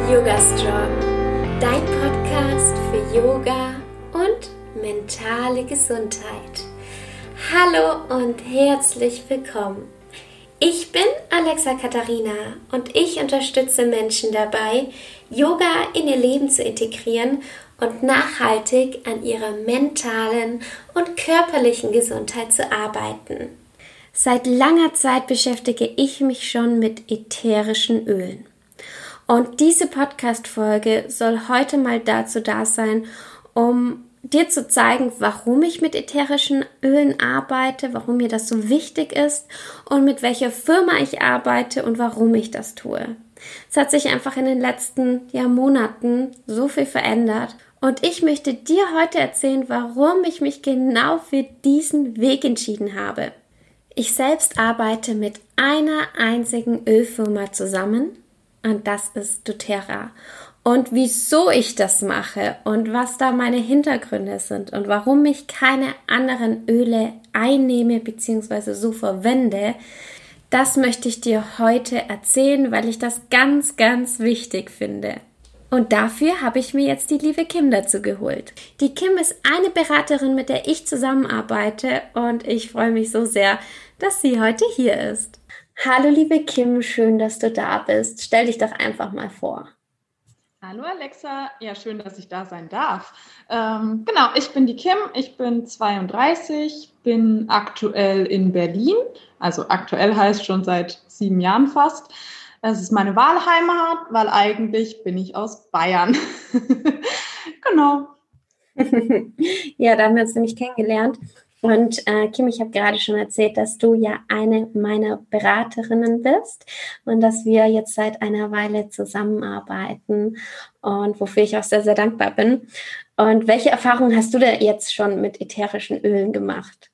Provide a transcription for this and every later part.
Yoga Strong, dein Podcast für Yoga und mentale Gesundheit. Hallo und herzlich willkommen. Ich bin Alexa Katharina und ich unterstütze Menschen dabei, Yoga in ihr Leben zu integrieren und nachhaltig an ihrer mentalen und körperlichen Gesundheit zu arbeiten. Seit langer Zeit beschäftige ich mich schon mit ätherischen Ölen. Und diese Podcast-Folge soll heute mal dazu da sein, um dir zu zeigen, warum ich mit ätherischen Ölen arbeite, warum mir das so wichtig ist und mit welcher Firma ich arbeite und warum ich das tue. Es hat sich einfach in den letzten Monaten so viel verändert. Und ich möchte dir heute erzählen, warum ich mich genau für diesen Weg entschieden habe. Ich selbst arbeite mit einer einzigen Ölfirma zusammen. Und das ist doTERRA. Und wieso ich das mache und was da meine Hintergründe sind und warum ich keine anderen Öle einnehme bzw. so verwende, das möchte ich dir heute erzählen, weil ich das ganz, ganz wichtig finde. Und dafür habe ich mir jetzt die liebe Kim dazu geholt. Die Kim ist eine Beraterin, mit der ich zusammenarbeite und ich freue mich so sehr, dass sie heute hier ist. Hallo liebe Kim, schön, dass du da bist. Stell dich doch einfach mal vor. Hallo Alexa, ja schön, dass ich da sein darf. Ich bin die Kim, ich bin 32, bin aktuell in Berlin, also aktuell heißt schon seit 7 Jahren fast. Das ist meine Wahlheimat, weil eigentlich bin ich aus Bayern. Genau. Ja, da haben wir uns nämlich kennengelernt. Und Kim, ich habe gerade schon erzählt, dass du ja eine meiner Beraterinnen bist und dass wir jetzt seit einer Weile zusammenarbeiten und wofür ich auch sehr, sehr dankbar bin. Und welche Erfahrungen hast du denn jetzt schon mit ätherischen Ölen gemacht?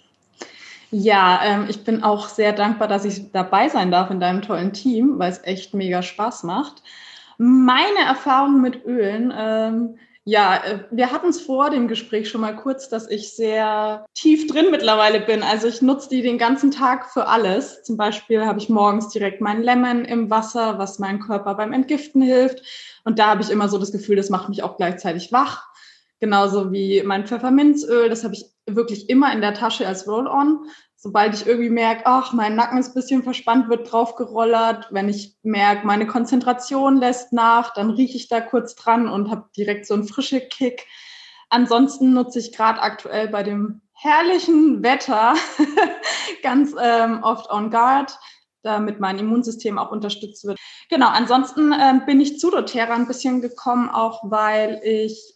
Ja, ich bin auch sehr dankbar, dass ich dabei sein darf in deinem tollen Team, weil es echt mega Spaß macht. Meine Erfahrung mit Ölen, wir hatten es vor dem Gespräch schon mal kurz, dass ich sehr tief drin mittlerweile bin. Also ich nutze die den ganzen Tag für alles. Zum Beispiel habe ich morgens direkt meinen Lemon im Wasser, was meinem Körper beim Entgiften hilft. Und da habe ich immer so das Gefühl, das macht mich auch gleichzeitig wach. Genauso wie mein Pfefferminzöl, das habe ich wirklich immer in der Tasche als Roll-on. Sobald ich irgendwie merke, ach, mein Nacken ist ein bisschen verspannt, wird drauf gerollert. Wenn ich merke, meine Konzentration lässt nach, dann rieche ich da kurz dran und habe direkt so einen frischen Kick. Ansonsten nutze ich gerade aktuell bei dem herrlichen Wetter ganz oft On Guard, damit mein Immunsystem auch unterstützt wird. Genau, ansonsten bin ich zu doTERRA ein bisschen gekommen, auch weil ich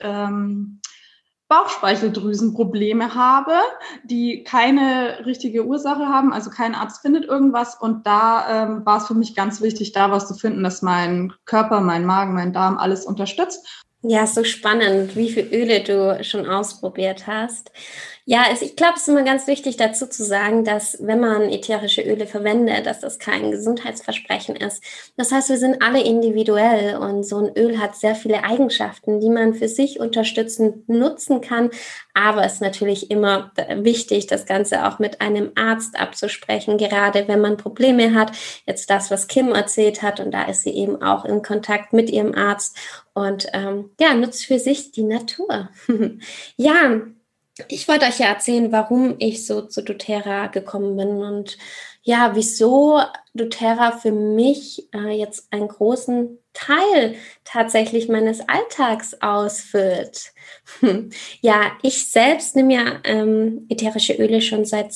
Bauchspeicheldrüsenprobleme habe, die keine richtige Ursache haben, also kein Arzt findet irgendwas und da war es für mich ganz wichtig, da was zu finden, das mein Körper, mein Magen, mein Darm alles unterstützt. Ja, so spannend, wie viele Öle du schon ausprobiert hast. Ja, ich glaube, es ist immer ganz wichtig dazu zu sagen, dass wenn man ätherische Öle verwendet, dass das kein Gesundheitsversprechen ist. Das heißt, wir sind alle individuell und so ein Öl hat sehr viele Eigenschaften, die man für sich unterstützend nutzen kann. Aber es ist natürlich immer wichtig, das Ganze auch mit einem Arzt abzusprechen, gerade wenn man Probleme hat. Jetzt das, was Kim erzählt hat, und da ist sie eben auch in Kontakt mit ihrem Arzt und nutzt für sich die Natur. Ja, ich wollte euch ja erzählen, warum ich so zu doTERRA gekommen bin und ja, wieso doTERRA für mich jetzt einen großen Teil tatsächlich meines Alltags ausfüllt. Ja, ich selbst nehme ja ätherische Öle schon seit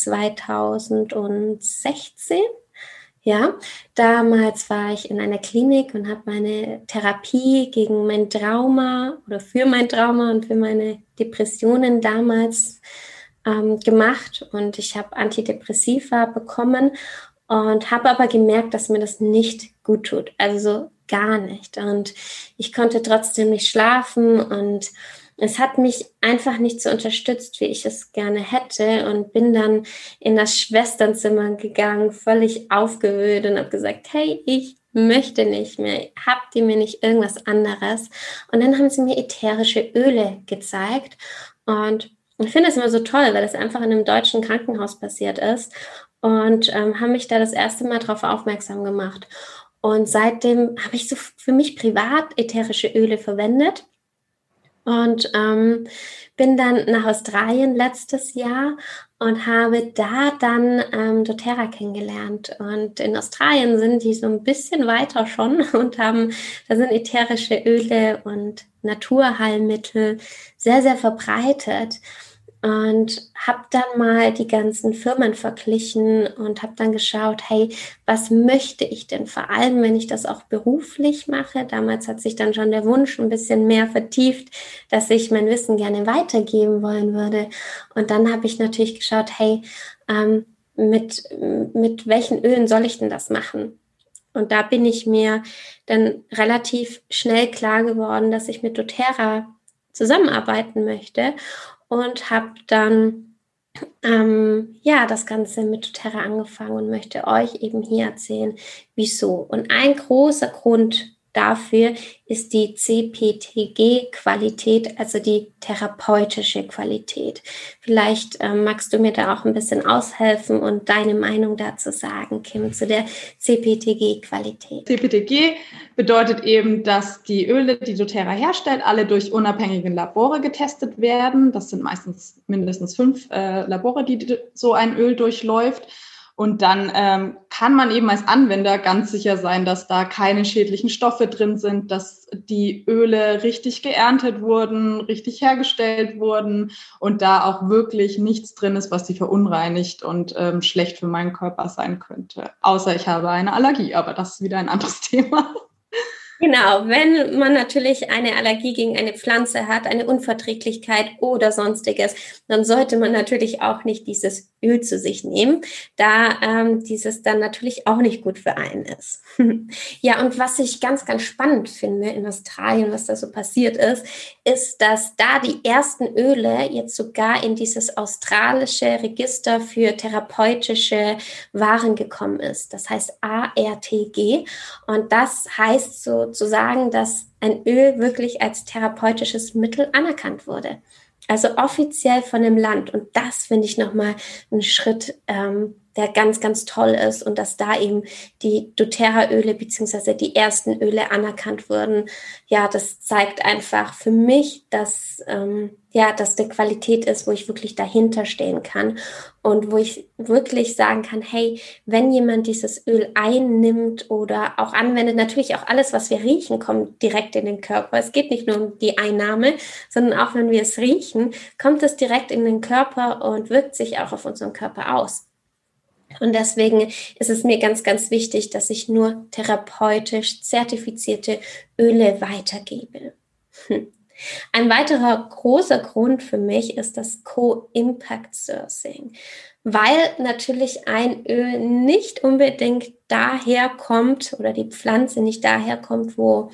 2016. Ja, damals war ich in einer Klinik und habe meine Therapie gegen mein Trauma oder für mein Trauma und für meine Depressionen damals gemacht und ich habe Antidepressiva bekommen und habe aber gemerkt, dass mir das nicht gut tut, also so gar nicht und ich konnte trotzdem nicht schlafen und es hat mich einfach nicht so unterstützt, wie ich es gerne hätte und bin dann in das Schwesternzimmer gegangen, völlig aufgewühlt und habe gesagt, hey, ich möchte nicht mehr, habt ihr mir nicht irgendwas anderes? Und dann haben sie mir ätherische Öle gezeigt und ich finde das immer so toll, weil das einfach in einem deutschen Krankenhaus passiert ist und haben mich da das erste Mal drauf aufmerksam gemacht. Und seitdem habe ich so für mich privat ätherische Öle verwendet und bin dann nach Australien letztes Jahr und habe da dann doTERRA kennengelernt. Und in Australien sind die so ein bisschen weiter schon und da sind ätherische Öle und Naturheilmittel sehr, sehr verbreitet. Und habe dann mal die ganzen Firmen verglichen und habe dann geschaut, hey, was möchte ich denn vor allem, wenn ich das auch beruflich mache? Damals hat sich dann schon der Wunsch ein bisschen mehr vertieft, dass ich mein Wissen gerne weitergeben wollen würde. Und dann habe ich natürlich geschaut, hey, mit welchen Ölen soll ich denn das machen? Und da bin ich mir dann relativ schnell klar geworden, dass ich mit doTERRA zusammenarbeiten möchte. Und habe dann das Ganze mit doTERRA angefangen und möchte euch eben hier erzählen, wieso. Und ein großer Grund dafür ist die CPTG-Qualität, also die therapeutische Qualität. Vielleicht magst du mir da auch ein bisschen aushelfen und deine Meinung dazu sagen, Kim, zu der CPTG-Qualität. CPTG bedeutet eben, dass die Öle, die doTERRA herstellt, alle durch unabhängige Labore getestet werden. Das sind meistens mindestens 5 Labore, die so ein Öl durchläuft. Und dann kann man eben als Anwender ganz sicher sein, dass da keine schädlichen Stoffe drin sind, dass die Öle richtig geerntet wurden, richtig hergestellt wurden und da auch wirklich nichts drin ist, was sie verunreinigt und schlecht für meinen Körper sein könnte. Außer ich habe eine Allergie, aber das ist wieder ein anderes Thema. Genau, wenn man natürlich eine Allergie gegen eine Pflanze hat, eine Unverträglichkeit oder sonstiges, dann sollte man natürlich auch nicht dieses Öl zu sich nehmen, da dieses dann natürlich auch nicht gut für einen ist. Ja, und was ich ganz, ganz spannend finde in Australien, was da so passiert ist, dass da die ersten Öle jetzt sogar in dieses australische Register für therapeutische Waren gekommen ist. Das heißt ARTG und das heißt sozusagen, dass ein Öl wirklich als therapeutisches Mittel anerkannt wurde. Also offiziell von dem Land. Und das finde ich nochmal einen Schritt, der ganz, ganz toll ist. Und dass da eben die doTERRA-Öle beziehungsweise die ersten Öle anerkannt wurden. Ja, das zeigt einfach für mich, dass das eine Qualität ist, wo ich wirklich dahinter stehen kann. Und wo ich wirklich sagen kann, hey, wenn jemand dieses Öl einnimmt oder auch anwendet, natürlich auch alles, was wir riechen, kommt direkt in den Körper. Es geht nicht nur um die Einnahme, sondern auch wenn wir es riechen, kommt es direkt in den Körper und wirkt sich auch auf unseren Körper aus. Und deswegen ist es mir ganz, ganz wichtig, dass ich nur therapeutisch zertifizierte Öle weitergebe. Ein weiterer großer Grund für mich ist das Co-Impact Sourcing, weil natürlich ein Öl nicht unbedingt daherkommt oder die Pflanze nicht daherkommt, wo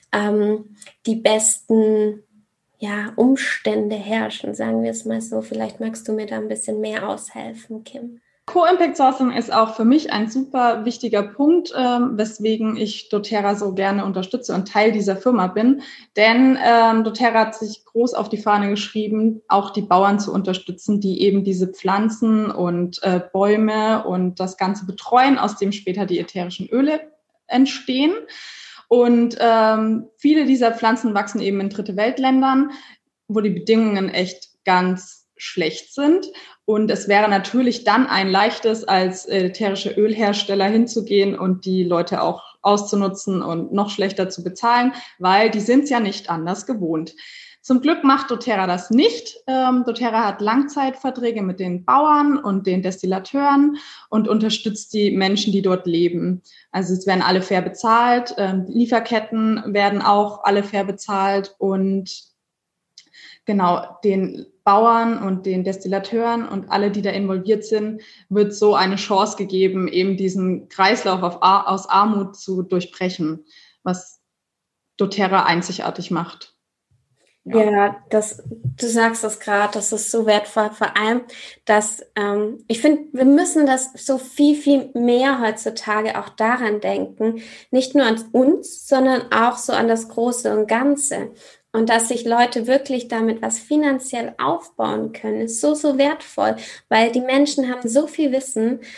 die besten Umstände herrschen, sagen wir es mal so. Vielleicht magst du mir da ein bisschen mehr aushelfen, Kim. Co-Impact Sourcing ist auch für mich ein super wichtiger Punkt, weswegen ich doTERRA so gerne unterstütze und Teil dieser Firma bin. Denn doTERRA hat sich groß auf die Fahne geschrieben, auch die Bauern zu unterstützen, die eben diese Pflanzen und Bäume und das Ganze betreuen, aus dem später die ätherischen Öle entstehen. Und viele dieser Pflanzen wachsen eben in Dritte Weltländern, wo die Bedingungen echt ganz schlecht sind. Und es wäre natürlich dann ein leichtes, als ätherische Ölhersteller hinzugehen und die Leute auch auszunutzen und noch schlechter zu bezahlen, weil die sind es ja nicht anders gewohnt. Zum Glück macht doTERRA das nicht. doTERRA hat Langzeitverträge mit den Bauern und den Destillateuren und unterstützt die Menschen, die dort leben. Also es werden alle fair bezahlt, Lieferketten werden auch alle fair bezahlt und genau, den Bauern und den Destillateuren und alle, die da involviert sind, wird so eine Chance gegeben, eben diesen Kreislauf aus Armut zu durchbrechen, was doTERRA einzigartig macht. Ja, du sagst das gerade, das ist so wertvoll, vor allem, dass ich finde, wir müssen das so viel, viel mehr heutzutage auch daran denken, nicht nur an uns, sondern auch so an das Große und Ganze. Und dass sich Leute wirklich damit was finanziell aufbauen können, ist so, so wertvoll, weil die Menschen haben so viel Wissen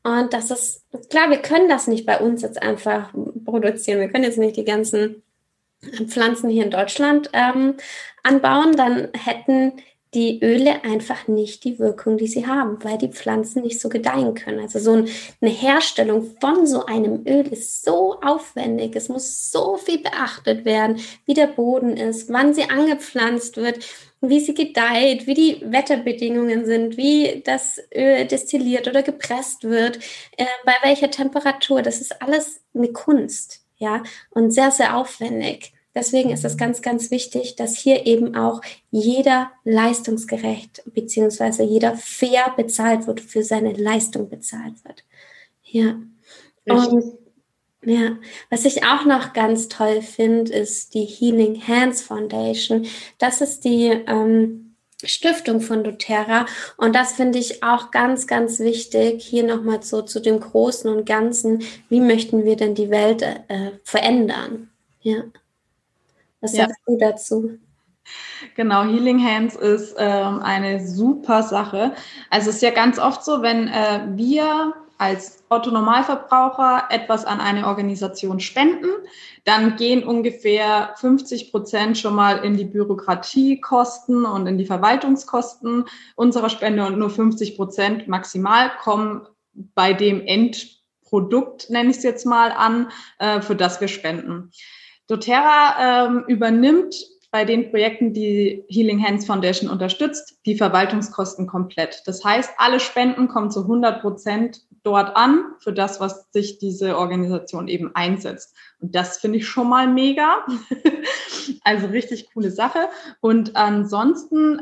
Und das ist, klar, wir können das nicht bei uns jetzt einfach produzieren. Wir können jetzt nicht die ganzen Pflanzen hier in Deutschland anbauen, dann hätten die Öle einfach nicht die Wirkung, die sie haben, weil die Pflanzen nicht so gedeihen können. Also so eine Herstellung von so einem Öl ist so aufwendig. Es muss so viel beachtet werden, wie der Boden ist, wann sie angepflanzt wird, wie sie gedeiht, wie die Wetterbedingungen sind, wie das Öl destilliert oder gepresst wird, bei welcher Temperatur. Das ist alles eine Kunst, ja, und sehr, sehr aufwendig. Deswegen ist es ganz, ganz wichtig, dass hier eben auch jeder leistungsgerecht bzw. jeder fair bezahlt wird, für seine Leistung bezahlt wird. Ja. Und ja, was ich auch noch ganz toll finde, ist die Healing Hands Foundation. Das ist die Stiftung von doTERRA, und das finde ich auch ganz, ganz wichtig, hier nochmal so zu dem Großen und Ganzen, wie möchten wir denn die Welt verändern? Ja. Was sagst du dazu? Genau, Healing Hands ist eine super Sache. Also es ist ja ganz oft so, wenn wir als Otto-Normalverbraucher etwas an eine Organisation spenden, dann gehen ungefähr 50% schon mal in die Bürokratiekosten und in die Verwaltungskosten unserer Spende, und nur 50% maximal kommen bei dem Endprodukt, nenne ich es jetzt mal, an, für das wir spenden. doTERRA übernimmt bei den Projekten, die Healing Hands Foundation unterstützt, die Verwaltungskosten komplett. Das heißt, alle Spenden kommen zu 100% dort an, für das, was sich diese Organisation eben einsetzt. Und das finde ich schon mal mega. Also richtig coole Sache. Und ansonsten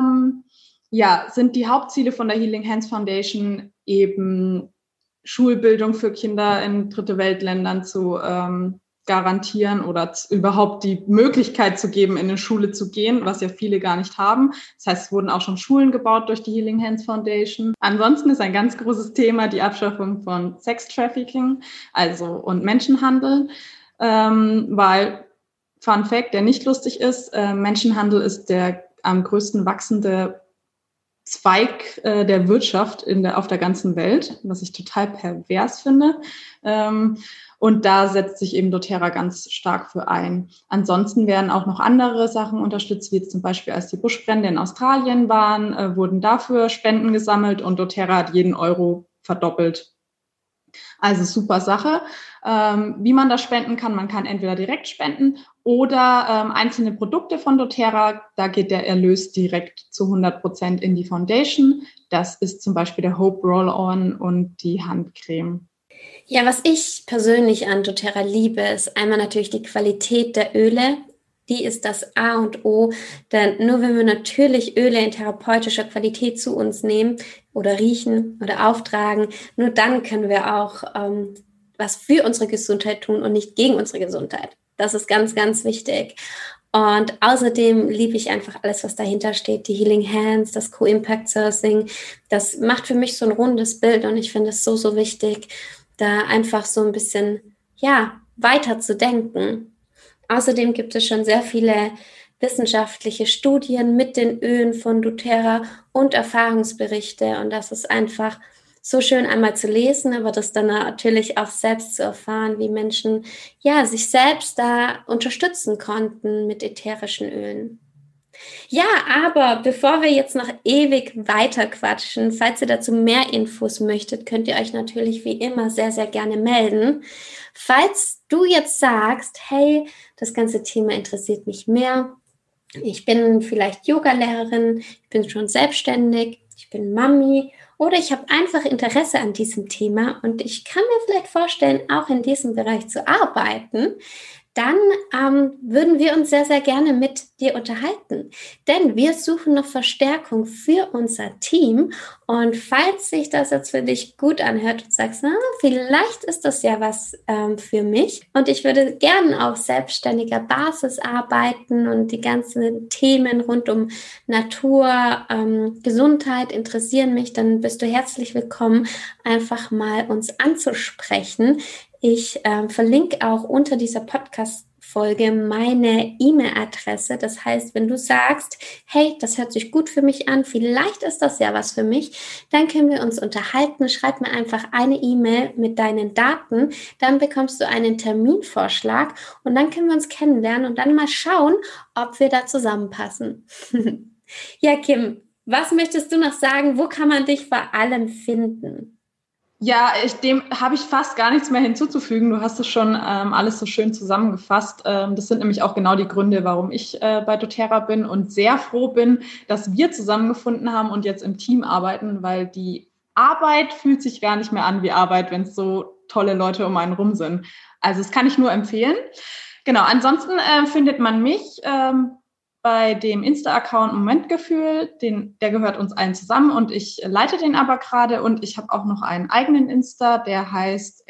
sind die Hauptziele von der Healing Hands Foundation eben Schulbildung für Kinder in Dritte Weltländern zu garantieren oder überhaupt die Möglichkeit zu geben, in eine Schule zu gehen, was ja viele gar nicht haben. Das heißt, es wurden auch schon Schulen gebaut durch die Healing Hands Foundation. Ansonsten ist ein ganz großes Thema die Abschaffung von Sex-Trafficking, und Menschenhandel, weil, Fun Fact, der nicht lustig ist, Menschenhandel ist der am größten wachsende Zweig der Wirtschaft auf der ganzen Welt, was ich total pervers finde. Und da setzt sich eben doTERRA ganz stark für ein. Ansonsten werden auch noch andere Sachen unterstützt, wie zum Beispiel, als die Buschbrände in Australien waren, wurden dafür Spenden gesammelt, und doTERRA hat jeden Euro verdoppelt. Also super Sache. Wie man das spenden kann, man kann entweder direkt spenden oder einzelne Produkte von doTERRA, da geht der Erlös direkt zu 100% in die Foundation. Das ist zum Beispiel der Hope Roll-On und die Handcreme. Ja, was ich persönlich an doTERRA liebe, ist einmal natürlich die Qualität der Öle. Die ist das A und O, denn nur wenn wir natürlich Öle in therapeutischer Qualität zu uns nehmen oder riechen oder auftragen, nur dann können wir auch was für unsere Gesundheit tun und nicht gegen unsere Gesundheit. Das ist ganz, ganz wichtig. Und außerdem liebe ich einfach alles, was dahinter steht, die Healing Hands, das Co-Impact Sourcing. Das macht für mich so ein rundes Bild, und ich finde es so, so wichtig, da einfach so ein bisschen, weiter zu denken. Außerdem gibt es schon sehr viele wissenschaftliche Studien mit den Ölen von doTERRA und Erfahrungsberichte, und das ist einfach so schön einmal zu lesen, aber das dann natürlich auch selbst zu erfahren, wie Menschen sich selbst da unterstützen konnten mit ätherischen Ölen. Ja, aber bevor wir jetzt noch ewig weiter quatschen, falls ihr dazu mehr Infos möchtet, könnt ihr euch natürlich wie immer sehr, sehr gerne melden. Falls du jetzt sagst, hey, das ganze Thema interessiert mich mehr, ich bin vielleicht Yogalehrerin, ich bin schon selbstständig, ich bin Mami, oder ich habe einfach Interesse an diesem Thema und ich kann mir vielleicht vorstellen, auch in diesem Bereich zu arbeiten, dann würden wir uns sehr, sehr gerne mit dir unterhalten. Denn wir suchen noch Verstärkung für unser Team. Und falls sich das jetzt für dich gut anhört und sagst, vielleicht ist das ja was für mich und ich würde gerne auf selbstständiger Basis arbeiten und die ganzen Themen rund um Natur, Gesundheit interessieren mich, dann bist du herzlich willkommen, einfach mal uns anzusprechen. Ich verlinke auch unter dieser Podcast Podcast-Folge meine E-Mail-Adresse. Das heißt, wenn du sagst, hey, das hört sich gut für mich an, vielleicht ist das ja was für mich, dann können wir uns unterhalten. Schreib mir einfach eine E-Mail mit deinen Daten, dann bekommst du einen Terminvorschlag und dann können wir uns kennenlernen und dann mal schauen, ob wir da zusammenpassen. Ja, Kim, was möchtest du noch sagen? Wo kann man dich vor allem finden? Ja, dem habe ich fast gar nichts mehr hinzuzufügen. Du hast es schon alles so schön zusammengefasst. Das sind nämlich auch genau die Gründe, warum ich bei doTERRA bin und sehr froh bin, dass wir zusammengefunden haben und jetzt im Team arbeiten, weil die Arbeit fühlt sich gar nicht mehr an wie Arbeit, wenn es so tolle Leute um einen rum sind. Also das kann ich nur empfehlen. Genau, ansonsten findet man mich bei dem Insta-Account Momentgefühl, der gehört uns allen zusammen und ich leite den aber gerade und ich habe auch noch einen eigenen Insta, der heißt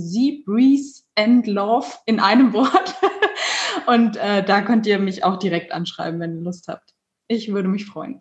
@ZBreezeAndLove in einem Wort und da könnt ihr mich auch direkt anschreiben, wenn ihr Lust habt. Ich würde mich freuen.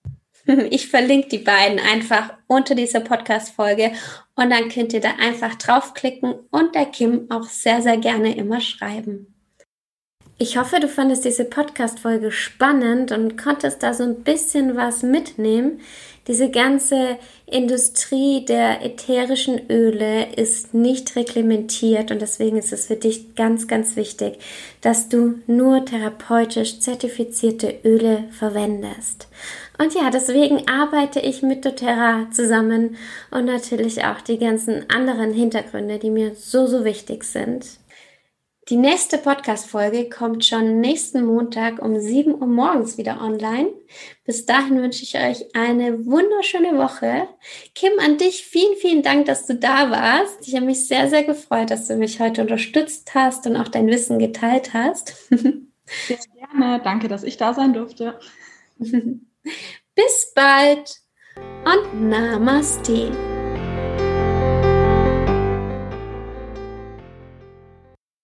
Ich verlinke die beiden einfach unter dieser Podcast-Folge und dann könnt ihr da einfach draufklicken und der Kim auch sehr, sehr gerne immer schreiben. Ich hoffe, du fandest diese Podcast-Folge spannend und konntest da so ein bisschen was mitnehmen. Diese ganze Industrie der ätherischen Öle ist nicht reglementiert und deswegen ist es für dich ganz, ganz wichtig, dass du nur therapeutisch zertifizierte Öle verwendest. Und ja, deswegen arbeite ich mit doTERRA zusammen und natürlich auch die ganzen anderen Hintergründe, die mir so, so wichtig sind. Die nächste Podcast-Folge kommt schon nächsten Montag um 7 Uhr morgens wieder online. Bis dahin wünsche ich euch eine wunderschöne Woche. Kim, an dich vielen, vielen Dank, dass du da warst. Ich habe mich sehr, sehr gefreut, dass du mich heute unterstützt hast und auch dein Wissen geteilt hast. Sehr gerne. Danke, dass ich da sein durfte. Bis bald und Namaste.